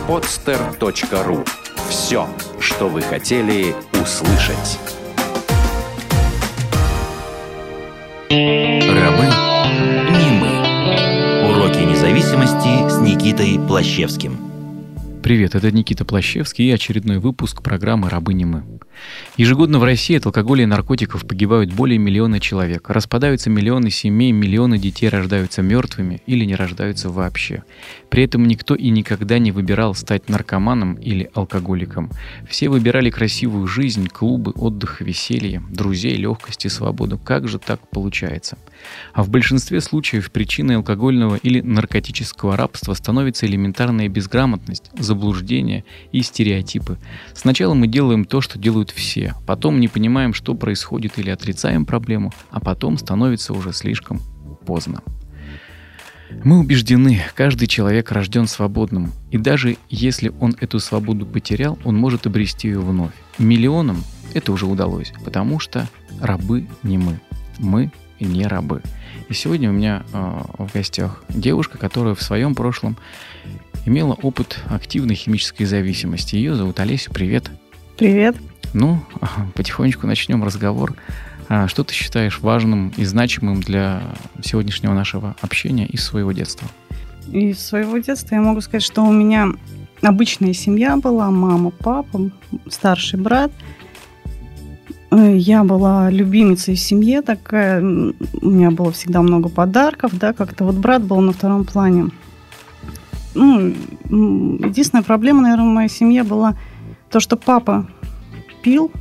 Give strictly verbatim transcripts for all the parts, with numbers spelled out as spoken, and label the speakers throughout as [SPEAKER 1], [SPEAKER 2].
[SPEAKER 1] подстер точка ру. Все, что вы хотели услышать.
[SPEAKER 2] Рабы не мы. Уроки независимости с Никитой Плащевским.
[SPEAKER 3] Привет, это Никита Плащевский и очередной выпуск программы «Рабы не мы». Ежегодно в России от алкоголя и наркотиков погибают более миллиона человек. Распадаются миллионы семей, миллионы детей рождаются мертвыми или не рождаются вообще. При этом никто и никогда не выбирал стать наркоманом или алкоголиком. Все выбирали красивую жизнь, клубы, отдых, веселье, друзей, легкость и свободу. Как же так получается? А в большинстве случаев причиной алкогольного или наркотического рабства становится элементарная безграмотность, заблуждение и стереотипы. Сначала мы делаем то, что делают все, потом не понимаем, что происходит, или отрицаем проблему, а потом становится уже слишком поздно. Мы убеждены, каждый человек рожден свободным, и даже если он эту свободу потерял, он может обрести ее вновь. Миллионам это уже удалось, потому что рабы не мы. Мы не рабы. И сегодня у меня э, в гостях девушка, которая в своем прошлом имела опыт активной химической зависимости. Ее зовут Олеся. Привет.
[SPEAKER 4] Привет.
[SPEAKER 3] Ну, потихонечку начнем разговор. Что ты считаешь важным и значимым для сегодняшнего нашего общения из своего детства?
[SPEAKER 4] Из своего детства я могу сказать, что у меня обычная семья была. Мама, папа, старший брат. Я была любимицей в семье такая. У меня было всегда много подарков, да, как-то вот брат был на втором плане. Ну, единственная проблема, наверное, в моей семье была то, что папа пил,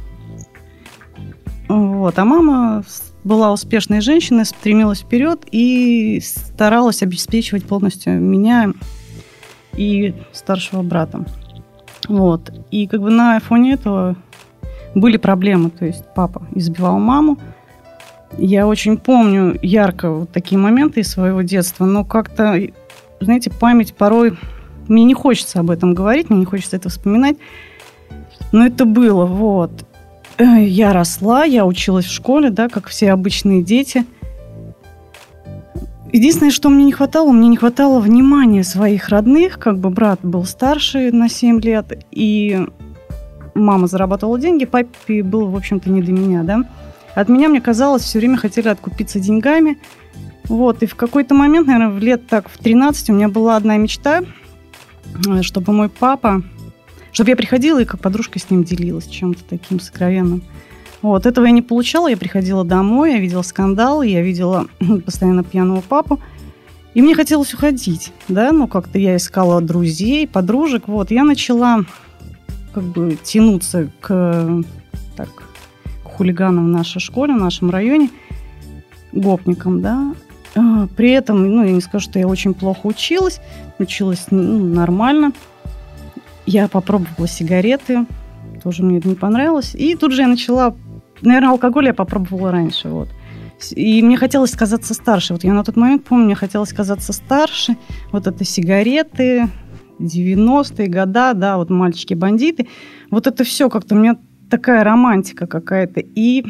[SPEAKER 4] вот, а мама была успешной женщиной, стремилась вперед и старалась обеспечивать полностью меня и старшего брата. Вот. И как бы на фоне этого были проблемы. То есть папа избивал маму. Я очень помню ярко вот такие моменты из своего детства, но как-то, знаете, память порой... Мне не хочется об этом говорить, мне не хочется это вспоминать. Но это было, вот. Я росла, я училась в школе, да, как все обычные дети. Единственное, что мне не хватало, мне не хватало внимания своих родных. Как бы брат был старше на семь лет, и мама зарабатывала деньги, папе было, в общем-то, не до меня, да. От меня, мне казалось, все время хотели откупиться деньгами. Вот, и в какой-то момент, наверное, в лет так в тринадцать у меня была одна мечта, чтобы мой папа... Чтобы я приходила и как подружка с ним делилась чем-то таким сокровенным. Вот. Этого я не получала. Я приходила домой, я видела скандал, я видела постоянно пьяного папу. И мне хотелось уходить. Да? Ну, как-то я искала друзей, подружек. Вот. Я начала как бы тянуться к, так, к хулиганам в нашей школе, в нашем районе, гопникам, да. При этом, ну, я не скажу, что я очень плохо училась. Училась, ну, нормально. Я попробовала сигареты, тоже мне это не понравилось. И тут же я начала... Наверное, алкоголь я попробовала раньше. Вот. И мне хотелось казаться старше. Вот я на тот момент помню, мне хотелось казаться старше. Вот это сигареты, девяностые года, да, вот мальчики-бандиты. Вот это все как-то у меня такая романтика какая-то. И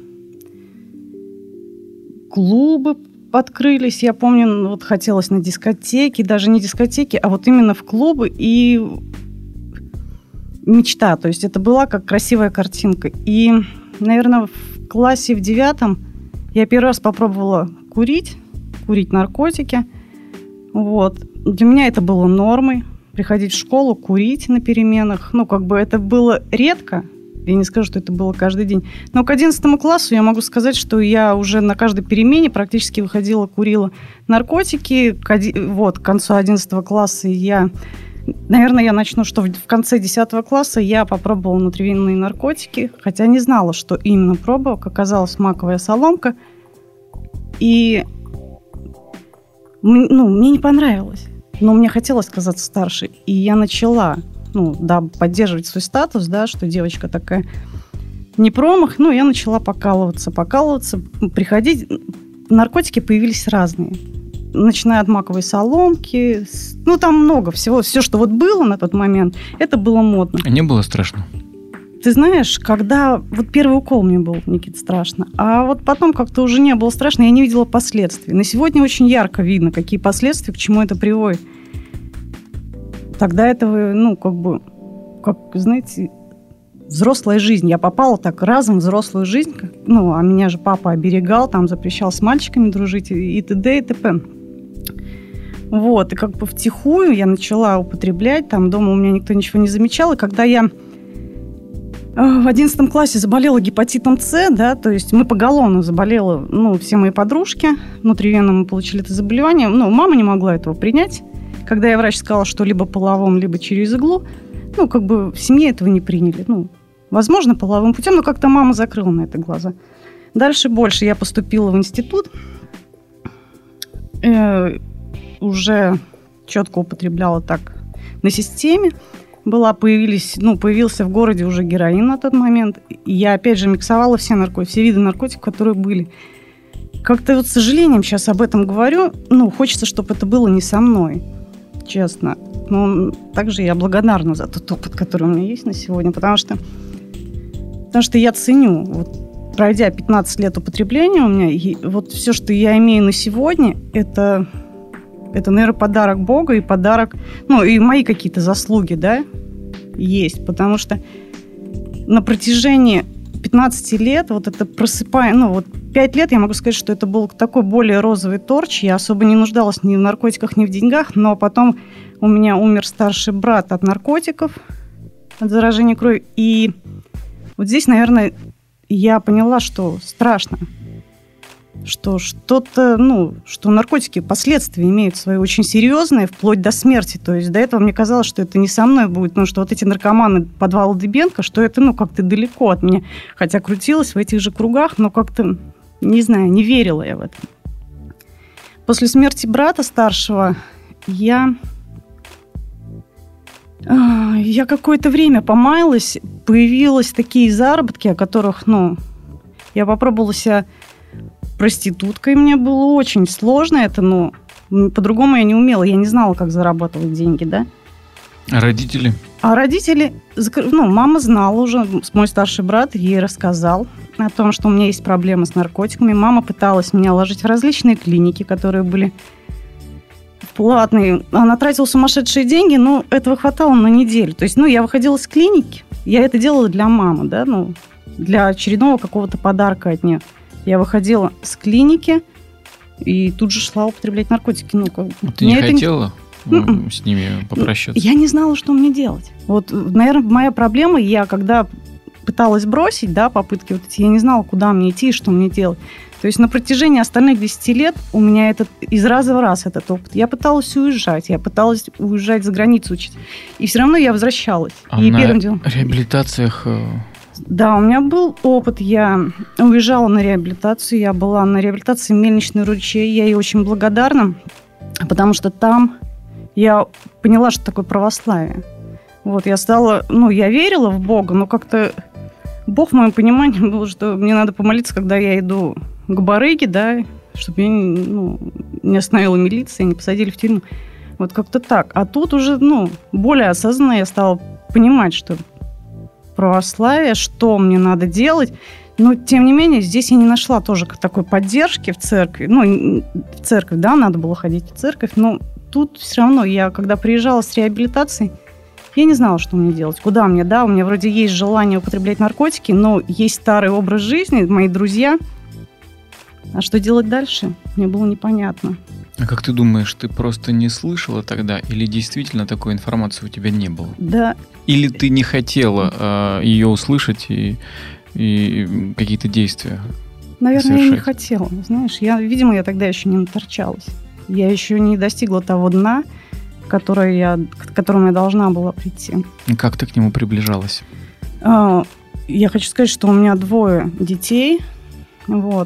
[SPEAKER 4] клубы открылись. Я помню, вот хотелось на дискотеки, даже не дискотеки, а вот именно в клубы. И... мечта, то есть это была как красивая картинка. И, наверное, в классе в девятом я первый раз попробовала курить, курить наркотики. Вот. Для меня это было нормой, приходить в школу, курить на переменах. Ну, как бы это было редко, я не скажу, что это было каждый день. Но к одиннадцатому классу я могу сказать, что я уже на каждой перемене практически выходила, курила наркотики. К, оди... вот, к концу одиннадцатого класса я... Наверное, я начну, что в конце десятого класса я попробовала внутривенные наркотики, хотя не знала, что именно пробовала. Как оказалось, маковая соломка. И ну, мне не понравилось, но мне хотелось казаться старше. И я начала, ну, да, поддерживать свой статус, да, что девочка такая не промах. Ну, я начала покалываться, покалываться, приходить. Наркотики появились разные. Начиная от маковой соломки. Ну, там много всего. Все, что вот было на тот момент, это было модно.
[SPEAKER 3] А не было страшно?
[SPEAKER 4] Ты знаешь, когда... Вот первый укол мне был, Никит, страшно. А вот потом как-то уже не было страшно, я не видела последствий. На сегодня очень ярко видно, какие последствия, к чему это приводит. тогда этого, ну, как бы, как, знаете, взрослая жизнь. Я попала так разом в взрослую жизнь, как, ну, а меня же папа оберегал, там запрещал с мальчиками дружить и, и т.д. и т.п. Вот, и как бы втихую я начала употреблять, там дома у меня никто ничего не замечал, и когда я в одиннадцатом классе заболела гепатитом С, да, то есть мы поголовно заболела, ну, все мои подружки, внутривенно мы получили это заболевание, ну, мама не могла этого принять, когда я врач сказала, что либо половым, либо через иглу, ну, как бы в семье этого не приняли, ну, возможно, половым путем, но как-то мама закрыла на это глаза. Дальше больше я поступила в институт, э, уже четко употребляла так на системе, была, появились, ну, появился в городе уже героин на тот момент, и я опять же миксовала все наркотики, все виды наркотиков, которые были. Как-то вот с сожалением сейчас об этом говорю, ну, хочется, чтобы это было не со мной, честно. Но также я благодарна за тот опыт, который у меня есть на сегодня, потому что, потому что я ценю, вот, пройдя пятнадцать лет употребления у меня, и вот все, что я имею на сегодня, это, это, наверное, подарок Бога и подарок, ну, и мои какие-то заслуги, да, есть, потому что на протяжении пятнадцать лет вот это просыпая, ну, вот пять лет я могу сказать, что это был такой более розовый торч, я особо не нуждалась ни в наркотиках, ни в деньгах, но потом у меня умер старший брат от наркотиков, от заражения крови, и вот здесь, наверное, я поняла, что страшно, что что-то, ну, что наркотики последствия имеют свои очень серьезные, вплоть до смерти. То есть до этого мне казалось, что это не со мной будет, ну, что вот эти наркоманы подвала Дыбенко, что это, ну, как-то далеко от меня. Хотя крутилась в этих же кругах, но как-то, не знаю, не верила я в это. После смерти брата старшего я... Я какое-то время помаялась, появились такие заработки, о которых, ну, я попробовала себя проституткой, мне было очень сложно это, ну, по-другому я не умела, я не знала, как зарабатывать деньги, да.
[SPEAKER 3] А родители?
[SPEAKER 4] А родители, ну, мама знала уже, мой старший брат ей рассказал о том, что у меня есть проблемы с наркотиками. Мама пыталась меня ложить в различные клиники, которые были платные. Она тратила сумасшедшие деньги, но этого хватало на неделю. То есть, ну, я выходила с клиники, я это делала для мамы, да, ну, для очередного какого-то подарка от нее. Я выходила с клиники и тут же шла употреблять наркотики. Ну, как...
[SPEAKER 3] Ты не хотела не... с ними попрощаться?
[SPEAKER 4] Я не знала, что мне делать. Вот, наверное, моя проблема, я когда пыталась бросить, да, попытки вот эти, я не знала, куда мне идти и что мне делать. То есть на протяжении остальных десяти лет у меня этот, из раза в раз этот опыт. Я пыталась уезжать, я пыталась уезжать за границу учить. И все равно я возвращалась.
[SPEAKER 3] А
[SPEAKER 4] и
[SPEAKER 3] на
[SPEAKER 4] первым делом...
[SPEAKER 3] реабилитациях...
[SPEAKER 4] Да, у меня был опыт. Я уезжала на реабилитацию. Я была на реабилитации «Мельничный ручей». Я ей очень благодарна, потому что там я поняла, что такое православие. Вот, я стала... Ну, я верила в Бога, но как-то Бог, в моем понимании, был, что мне надо помолиться, когда я иду к барыге, да, чтобы меня, ну, не остановила милиция, не посадили в тюрьму. Вот как-то так. А тут уже, ну, более осознанно я стала понимать, что православие, что мне надо делать. Но, тем не менее, здесь я не нашла тоже такой поддержки в церкви. Ну, в церковь, да, надо было ходить в церковь, но тут все равно я, когда приезжала с реабилитацией, я не знала, что мне делать, куда мне, да, у меня вроде есть желание употреблять наркотики, но есть старый образ жизни, мои друзья. А что делать дальше, мне было непонятно.
[SPEAKER 3] А как ты думаешь, ты просто не слышала тогда, или действительно такой информации у тебя не было?
[SPEAKER 4] Да.
[SPEAKER 3] Или ты не хотела э, ее услышать и, и какие-то действия
[SPEAKER 4] Наверное,
[SPEAKER 3] совершать?
[SPEAKER 4] Я не хотела. Знаешь, я, видимо, я тогда еще не наторчалась. Я еще не достигла того дна, которое я, к которому я должна была прийти.
[SPEAKER 3] Как ты к нему приближалась?
[SPEAKER 4] А, я хочу сказать, что у меня двое детей. Вот.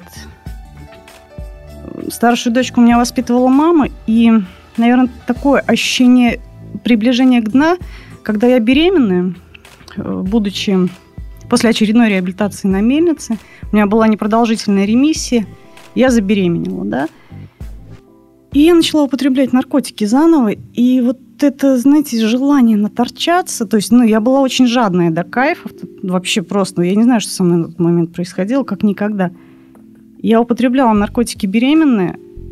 [SPEAKER 4] Старшую дочку у меня воспитывала мама, и, наверное, такое ощущение приближения к дну, когда я беременная, будучи после очередной реабилитации на мельнице, у меня была непродолжительная ремиссия, я забеременела, да, и я начала употреблять наркотики заново, и вот это, знаете, желание наторчаться, то есть, ну, я была очень жадная до кайфов, вообще просто, я не знаю, что со мной на тот момент происходило, как никогда. Я употребляла наркотики беременные,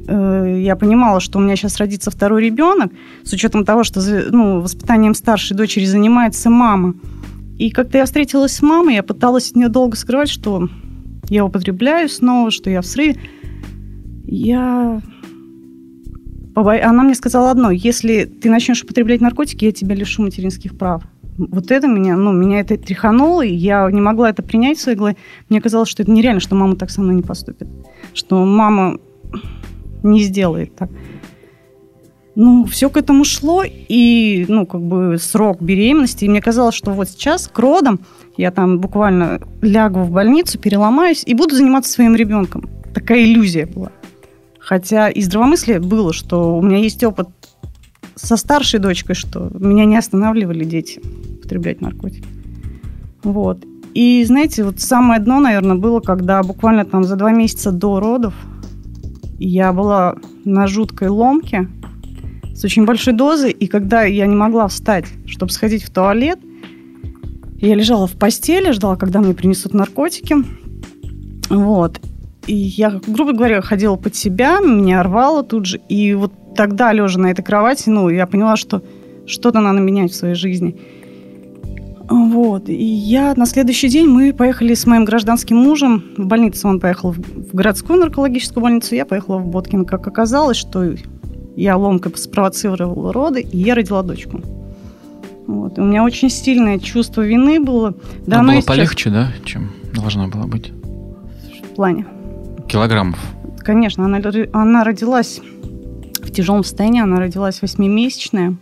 [SPEAKER 4] э, я понимала, что у меня сейчас родится второй ребенок, с учетом того, что ну, воспитанием старшей дочери занимается мама. И как-то я встретилась с мамой, я пыталась от нее долго скрывать, что я употребляю снова, что я в срыве. Я... Она мне сказала одно: если ты начнешь употреблять наркотики, я тебя лишу материнских прав. Вот это меня, ну, меня это тряхануло, и я не могла это принять в своей голове. Мне казалось, что это нереально, что мама так со мной не поступит. Что мама не сделает так. Ну, все к этому шло, и, ну, как бы срок беременности, и мне казалось, что вот сейчас к родам я там буквально лягу в больницу, переломаюсь и буду заниматься своим ребенком. Такая иллюзия была. Хотя и здравомыслие было, что у меня есть опыт со старшей дочкой, что меня не останавливали дети употреблять наркотики. Вот. И, знаете, вот самое дно, наверное, было, когда буквально там за два месяца до родов я была на жуткой ломке с очень большой дозой, и когда я не могла встать, чтобы сходить в туалет, я лежала в постели, ждала, когда мне принесут наркотики. Вот. И я, грубо говоря, ходила под себя, меня рвало тут же. И вот тогда, лежа на этой кровати, ну, я поняла, что что-то надо менять в своей жизни. Вот. И я на следующий день мы поехали с моим гражданским мужем в больницу. Он поехал в городскую наркологическую больницу, я поехала в Боткин. Как оказалось, что я ломкой спровоцировала роды, и я родила дочку. Вот. И у меня очень сильное чувство вины было.
[SPEAKER 3] Да, а было сейчас... полегче, да, чем должно было быть?
[SPEAKER 4] В плане?
[SPEAKER 3] Килограммов.
[SPEAKER 4] Конечно, она, она родилась в тяжелом состоянии, она родилась восьмимесячная.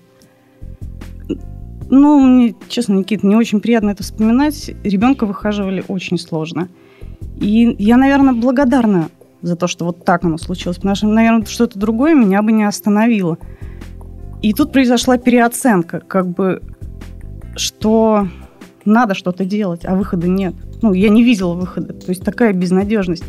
[SPEAKER 4] Ну, мне, честно, Никита, не очень приятно это вспоминать. Ребенка выхаживали очень сложно. И я, наверное, благодарна за то, что вот так оно случилось. Потому что, наверное, что-то другое меня бы не остановило. И тут произошла переоценка, как бы, что надо что-то делать, а выхода нет. Ну, я не видела выхода. То есть такая безнадежность.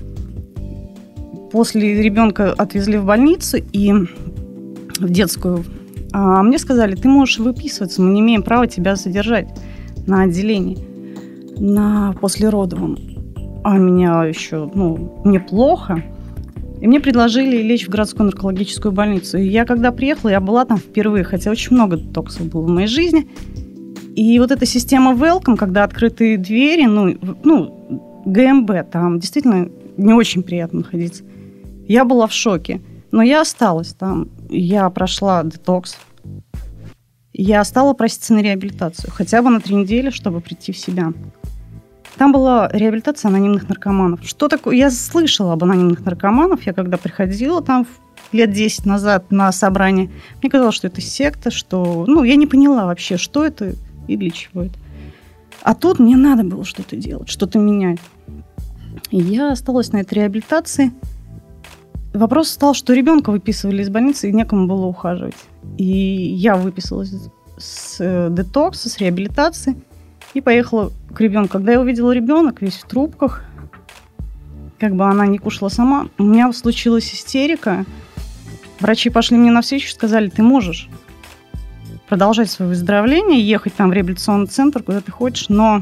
[SPEAKER 4] После ребенка отвезли в больницу и в детскую. А мне сказали: ты можешь выписываться, мы не имеем права тебя содержать на отделении, на послеродовом. А меня еще, ну, мне плохо. И мне предложили лечь в городскую наркологическую больницу. И я, когда приехала, я была там впервые, хотя очень много детоксов было в моей жизни. И вот эта система welcome, когда открытые двери, ну, ну, ГМБ, там действительно не очень приятно находиться. Я была в шоке. Но я осталась там. Я прошла детокс. Я стала проситься на реабилитацию. Хотя бы на три недели, чтобы прийти в себя. Там была реабилитация анонимных наркоманов. Что такое? Я слышала об анонимных наркоманах. Я когда приходила там лет десять назад на собрание, мне казалось, что это секта, что... Ну, я не поняла вообще, что это и для чего это. А тут мне надо было что-то делать, что-то менять. И я осталась на этой реабилитации. Вопрос стал, что ребенка выписывали из больницы, и некому было ухаживать. И я выписалась с детокса, с реабилитации, и поехала к ребенку. Когда я увидела ребенок весь в трубках, как бы она не кушала сама, у меня случилась истерика. Врачи пошли мне навстречу и сказали: ты можешь продолжать свое выздоровление, ехать там в реабилитационный центр, куда ты хочешь, но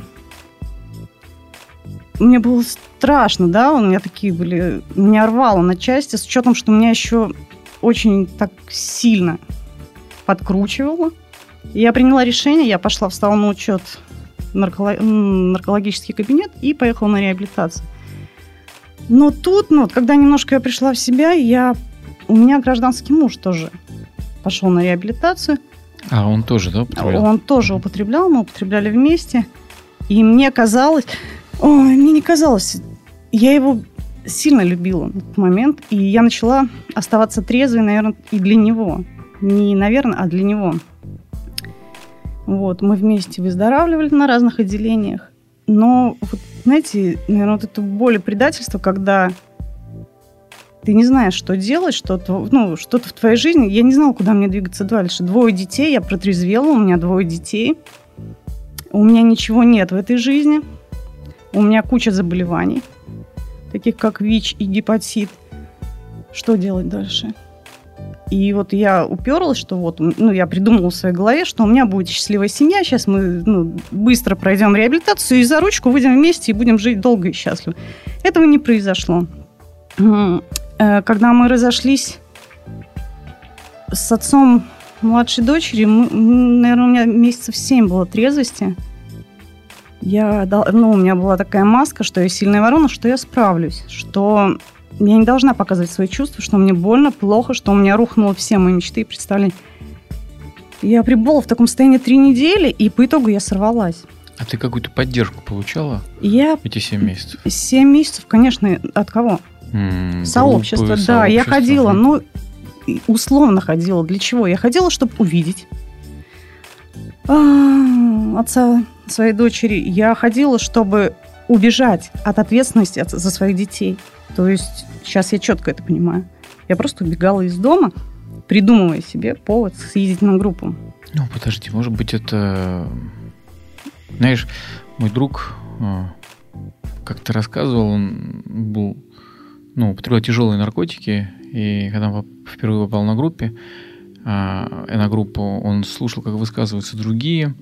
[SPEAKER 4] мне было страшно, да, у меня такие были, меня рвало на части, с учетом, что меня еще очень так сильно подкручивало. И я приняла решение, я пошла, встала на учет в нарколог... наркологический кабинет и поехала на реабилитацию. Но тут, ну, когда немножко я пришла в себя, я... у меня гражданский муж тоже пошел на реабилитацию.
[SPEAKER 3] А он тоже, да, употреблял?
[SPEAKER 4] Он тоже употреблял, мы употребляли вместе. И мне казалось... Ой, мне не казалось. Я его сильно любила в этот момент. И я начала оставаться трезвой, наверное, и для него. Не наверное, а для него. Вот, мы вместе выздоравливали на разных отделениях. Но, вот, знаете, наверное, вот эту боль и предательство, когда ты не знаешь, что делать, что-то, ну, что-то в твоей жизни. Я не знала, куда мне двигаться дальше. Двое детей, я протрезвела, у меня двое детей. У меня ничего нет в этой жизни. У меня куча заболеваний, таких как ВИЧ и гепатит. Что делать дальше? И вот я уперлась, что вот, ну, я придумала в своей голове, что у меня будет счастливая семья, сейчас мы, ну, быстро пройдем реабилитацию и за ручку выйдем вместе и будем жить долго и счастливо. Этого не произошло. когда мы разошлись с отцом младшей дочери, мы, наверное, у меня месяцев семь было трезвости. Я, ну, у меня была такая маска, что я сильная ворона, что я справлюсь, что я не должна показывать свои чувства, что мне больно, плохо, что у меня рухнуло все мои мечты и представления. Я пребыла в таком состоянии три недели, и по итогу я сорвалась.
[SPEAKER 3] А ты какую-то поддержку получала
[SPEAKER 4] я...
[SPEAKER 3] эти семь месяцев?
[SPEAKER 4] Семь месяцев, конечно, от кого?
[SPEAKER 3] М-м,
[SPEAKER 4] сообщество,
[SPEAKER 3] группы,
[SPEAKER 4] да.
[SPEAKER 3] сообщество.
[SPEAKER 4] Я ходила, ну, условно ходила. Для чего? Я ходила, чтобы увидеть а, отца своей дочери. Я ходила, чтобы убежать от ответственности от, за своих детей. То есть сейчас я четко это понимаю. Я просто убегала из дома, придумывая себе повод съездить на группу.
[SPEAKER 3] Ну, подожди, может быть, это... Знаешь, мой друг как-то рассказывал, он был, ну, употреблял тяжелые наркотики, и когда он впервые попал на группе, на группу, он слушал, как высказываются другие,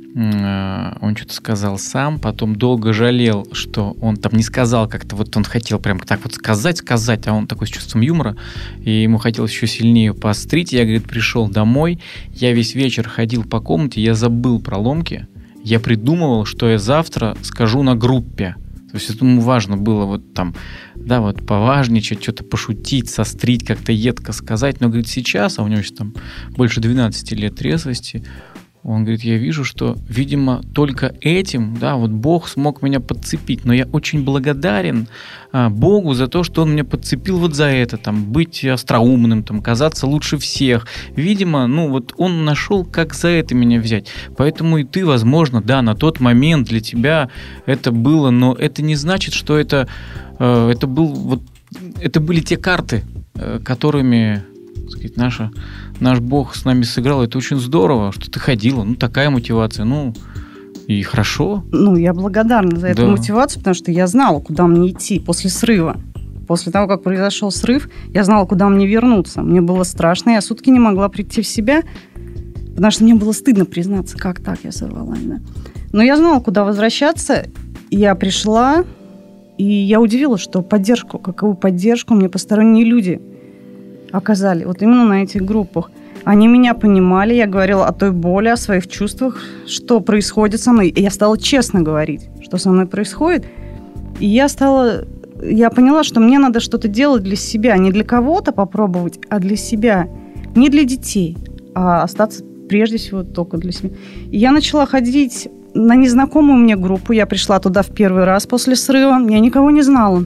[SPEAKER 3] он что-то сказал сам, потом долго жалел, что он там не сказал как-то, вот он хотел прям так вот сказать, сказать, а он такой с чувством юмора, и ему хотелось еще сильнее поострить. Я, говорит, пришел домой, я весь вечер ходил по комнате, я забыл про ломки, я придумывал, что я завтра скажу на группе. То есть это ему важно было вот там, да, вот поважничать, что-то пошутить, сострить, как-то едко сказать. Но, говорит, сейчас, а у него еще там больше двенадцати лет трезвости, он говорит, я вижу, что, видимо, только этим, да, вот Бог смог меня подцепить, но я очень благодарен а, Богу за то, что Он меня подцепил вот за это, там, быть остроумным, там, казаться лучше всех. Видимо, ну, вот Он нашел, как за это меня взять. Поэтому и ты, возможно, да, на тот момент для тебя это было, но это не значит, что это, э, это был, вот, это были те карты, э, которыми, так сказать, наша... Наш Бог с нами сыграл, это очень здорово, что ты ходила, ну, такая мотивация, ну, и хорошо.
[SPEAKER 4] Ну, я благодарна за эту
[SPEAKER 3] да.
[SPEAKER 4] мотивацию, потому что я знала, куда мне идти после срыва. После того, как произошел срыв, я знала, куда мне вернуться. Мне было страшно, я сутки не могла прийти в себя, потому что мне было стыдно признаться, как так я сорвалась, да. Но я знала, куда возвращаться, я пришла, и я удивилась, что поддержку, какую поддержку мне посторонние люди оказали, вот именно на этих группах. Они меня понимали, я говорила о той боли, о своих чувствах, что происходит со мной. И я стала честно говорить, что со мной происходит. И я стала... Я поняла, что мне надо что-то делать для себя. Не для кого-то попробовать, а для себя. Не для детей, а остаться прежде всего только для себя. И я начала ходить на незнакомую мне группу. Я пришла туда в первый раз после срыва. Я никого не знала.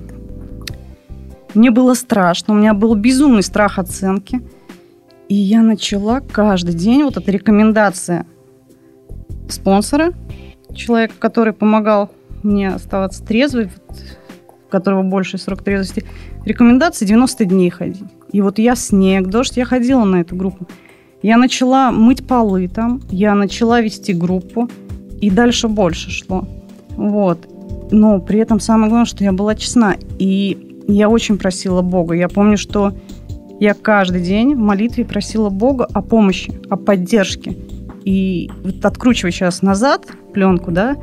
[SPEAKER 4] Мне было страшно, у меня был безумный страх оценки. И я начала каждый день, вот эта рекомендация спонсора, человека, который помогал мне оставаться трезвой, у которого больший срок трезвости, рекомендация девяносто дней ходить. И вот я снег, дождь, я ходила на эту группу. Я начала мыть полы там, я начала вести группу, и дальше больше шло. Вот. Но при этом самое главное, что я была честна. И я очень просила Бога. Я помню, что я каждый день в молитве просила Бога о помощи, о поддержке. И вот откручивая сейчас назад пленку, да,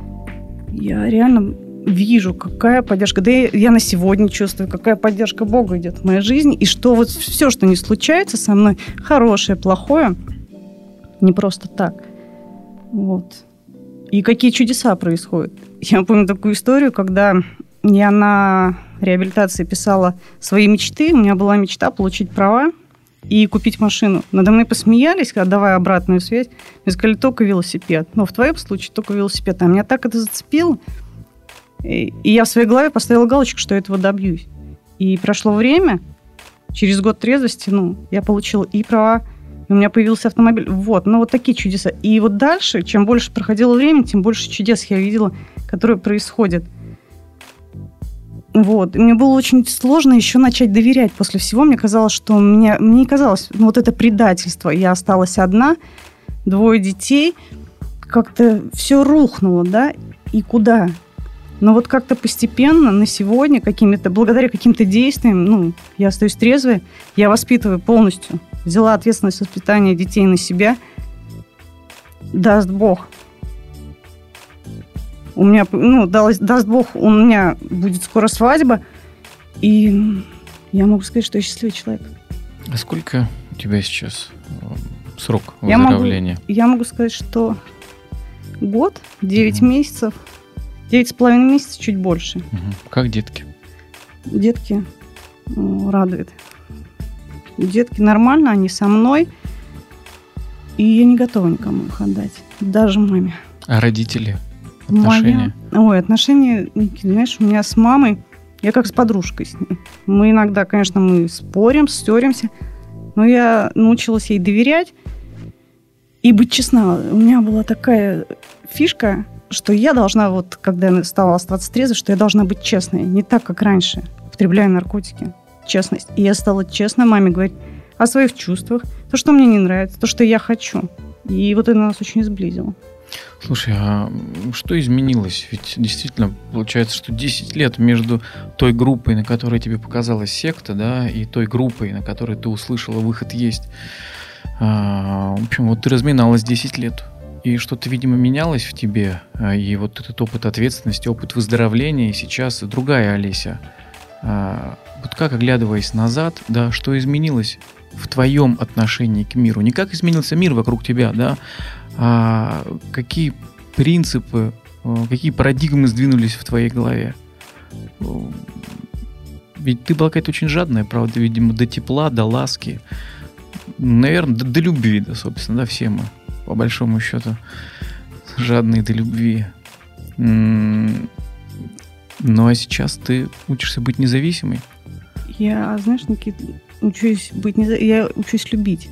[SPEAKER 4] я реально вижу, какая поддержка. Да я, я на сегодня чувствую, какая поддержка Бога идет в моей жизни. И что вот все, что не случается со мной, хорошее, плохое, не просто так. Вот. И какие чудеса происходят. Я помню такую историю, когда я на реабилитации писала свои мечты. У меня была мечта получить права и купить машину. Надо мной посмеялись, отдавая обратную связь. Мне сказали, только велосипед. Но в твоем случае только велосипед. А меня так это зацепило. И я в своей голове поставила галочку, что я этого добьюсь. И прошло время, через год трезвости, ну, я получила и права, и у меня появился автомобиль. Вот, ну, вот такие чудеса. И вот дальше, чем больше проходило время, тем больше чудес я видела, которые происходят. Вот. И мне было очень сложно еще начать доверять после всего. Мне казалось, что мне, мне казалось, ну, вот это предательство. Я осталась одна, двое детей. Как-то все рухнуло, да? И куда? Но вот как-то постепенно на сегодня, какими-то, благодаря каким-то действиям, ну, я остаюсь трезвой, я воспитываю полностью. Взяла ответственность воспитания детей на себя. Даст Бог. У меня, ну, даст, даст Бог, у меня будет скоро свадьба, и я могу сказать, что я счастливый человек.
[SPEAKER 3] А сколько у тебя сейчас срок
[SPEAKER 4] Я
[SPEAKER 3] выздоровления?
[SPEAKER 4] могу, я могу сказать, что год, девять
[SPEAKER 3] Мгм.
[SPEAKER 4] месяцев, девять с половиной месяцев, чуть больше.
[SPEAKER 3] Мгм. Как детки?
[SPEAKER 4] Детки ну, радует. Детки нормально, они со мной. И я не готова никому их отдать. Даже маме.
[SPEAKER 3] А родители? Отношения?
[SPEAKER 4] Моя... Ой, отношения, Никита, знаешь, у меня с мамой, я как с подружкой с ней. Мы иногда, конечно, мы спорим, ссоримся, но я научилась ей доверять и быть честна. У меня была такая фишка, что я должна, вот, когда я стала оставаться трезвой, что я должна быть честной, не так, как раньше, употребляя наркотики. Честность. И я стала честно маме говорить о своих чувствах, то, что мне не нравится, то, что я хочу. И вот это нас очень сблизило.
[SPEAKER 3] Слушай, а что изменилось? Ведь действительно получается, что десять лет между той группой, на которой тебе показалась секта, да, и той группой, на которой ты услышала «выход есть». А, в общем, вот ты разминалась десять лет. И что-то, видимо, менялось в тебе. И вот этот опыт ответственности, опыт выздоровления, и сейчас другая Олеся. А, вот как, оглядываясь назад, да, что изменилось в твоем отношении к миру? Не как изменился мир вокруг тебя, да, а какие принципы, какие парадигмы сдвинулись в твоей голове? Ведь ты была какая-то очень жадная, правда, видимо, до тепла, до ласки. Наверное, до, до любви, да, собственно, да, все мы, по большому счету, жадные до любви. Ну, а сейчас ты учишься быть независимой?
[SPEAKER 4] Я, знаешь, Никита, учусь быть неза... я учусь любить.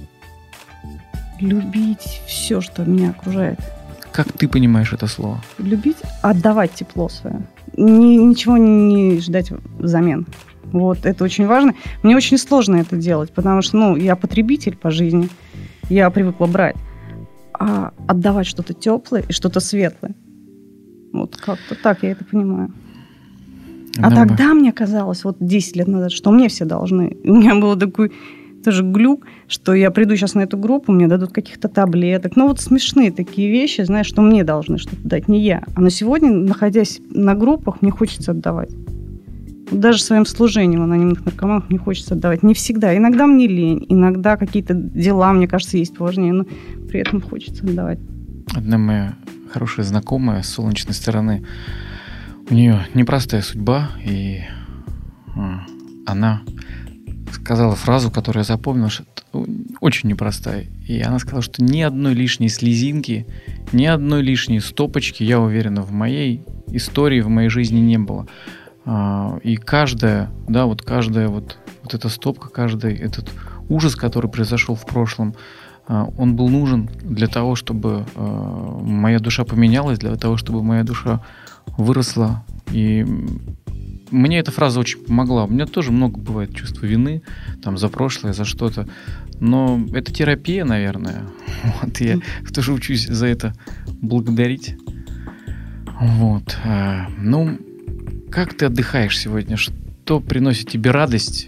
[SPEAKER 4] Любить все, что меня окружает.
[SPEAKER 3] Как ты понимаешь это слово?
[SPEAKER 4] Любить, отдавать тепло свое. Ни, ничего не ждать взамен. Вот, это очень важно. Мне очень сложно это делать, потому что, ну, я потребитель по жизни. Я привыкла брать. А отдавать что-то теплое и что-то светлое. Вот как-то так я это понимаю. А
[SPEAKER 3] Да,
[SPEAKER 4] тогда мне казалось, вот десять лет назад, что мне все должны. И у меня был такой тоже глюк, что я приду сейчас на эту группу, мне дадут каких-то таблеток. Ну, вот смешные такие вещи, знаешь, что мне должны что-то дать, не я. А на сегодня, находясь на группах, мне хочется отдавать. Даже своим служением анонимных наркоманов мне хочется отдавать. Не всегда. Иногда мне лень, иногда какие-то дела, мне кажется, есть поважнее, но при этом хочется отдавать.
[SPEAKER 3] Одна моя хорошая знакомая с солнечной стороны, у нее непростая судьба, и она сказала фразу, которую я запомнил, что очень непростая. И она сказала, что ни одной лишней слезинки, ни одной лишней стопочки, я уверена, в моей истории, в моей жизни не было. И каждая, да, вот каждая вот, вот эта стопка, каждый этот ужас, который произошел в прошлом, он был нужен для того, чтобы моя душа поменялась, для того, чтобы моя душа выросла. И мне эта фраза очень помогла. У меня тоже много бывает чувства вины там, за прошлое, за что-то. Но это терапия, наверное. Вот, я тоже учусь за это благодарить. Вот. Ну, как ты отдыхаешь сегодня? Что приносит тебе радость?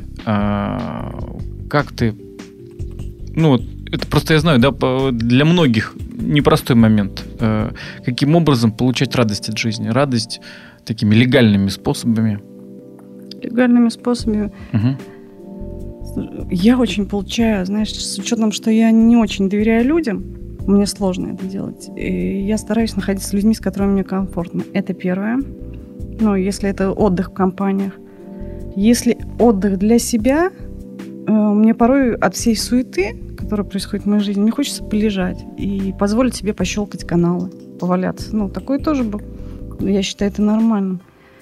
[SPEAKER 3] Как ты... Ну, вот это просто я знаю, да, для многих непростой момент. Каким образом получать радость от жизни? Радость такими легальными способами.
[SPEAKER 4] Легальными способами.
[SPEAKER 3] Угу.
[SPEAKER 4] Я очень получаю, знаешь, с учетом, что я не очень доверяю людям, мне сложно это делать. И я стараюсь находиться с людьми, с которыми мне комфортно. Это первое. Ну, если это отдых в компаниях. Если отдых для себя, мне порой от всей суеты, которая происходит в моей жизни, мне хочется полежать и позволить себе пощелкать каналы, поваляться. Ну, такое тоже было. Я считаю это нормальным.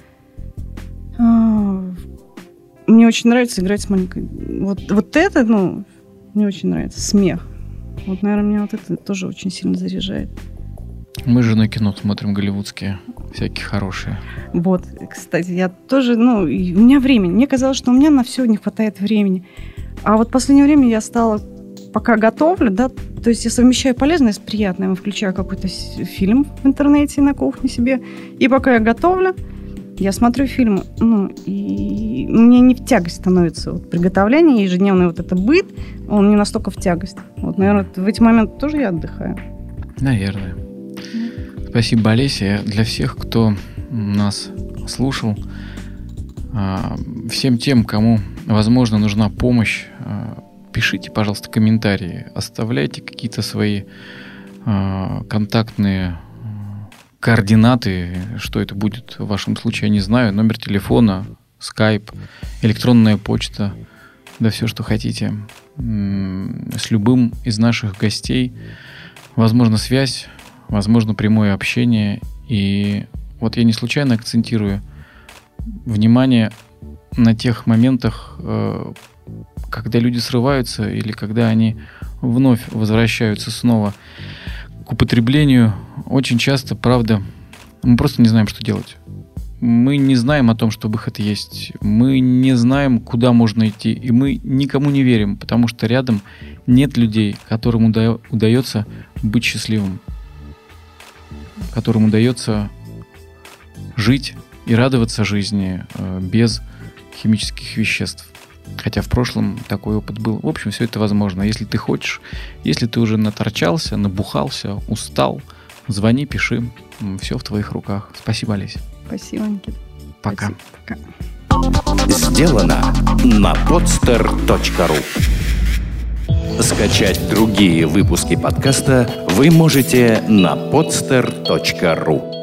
[SPEAKER 4] Мне очень нравится играть с маленькой. Вот, вот это, ну, мне очень нравится. Смех. Вот, наверное, меня вот это тоже очень сильно заряжает.
[SPEAKER 3] Мы с женой кино смотрим голливудские, всякие хорошие.
[SPEAKER 4] Вот, кстати, я тоже, ну, у меня времени. Мне казалось, что у меня на все не хватает времени. А вот в последнее время я стала, пока готовлю, да, то есть я совмещаю полезное с приятным, включаю какой-то фильм в интернете на кухне себе, и пока я готовлю, я смотрю фильмы, ну, и мне не в тягость становится вот, приготовление, ежедневный вот этот быт, он не настолько в тягость. Вот, наверное, в эти моменты тоже я отдыхаю.
[SPEAKER 3] Наверное. Спасибо, Олеся. Для всех, кто нас слушал, всем тем, кому возможно, нужна помощь, пишите, пожалуйста, комментарии, оставляйте какие-то свои контактные координаты, что это будет в вашем случае, я не знаю, номер телефона, скайп, электронная почта, да все, что хотите. С любым из наших гостей возможно связь, возможно прямое общение. И вот я не случайно акцентирую внимание на тех моментах, когда люди срываются или когда они вновь возвращаются снова к употреблению. Очень часто, правда, мы просто не знаем, что делать. Мы не знаем о том, что выход есть. Мы не знаем, куда можно идти. И мы никому не верим, потому что рядом нет людей, которым уда- удается быть счастливым, которым удается жить и радоваться жизни э, без химических веществ. Хотя в прошлом такой опыт был. В общем, все это возможно. Если ты хочешь, если ты уже наторчался, набухался, устал, звони, пиши. Все в твоих руках. Спасибо, Олеся.
[SPEAKER 4] Спасибо, Никита.
[SPEAKER 3] Пока.
[SPEAKER 4] Спасибо. Пока.
[SPEAKER 1] Сделано на podster точка ру. Скачать другие выпуски подкаста вы можете на podster точка ру.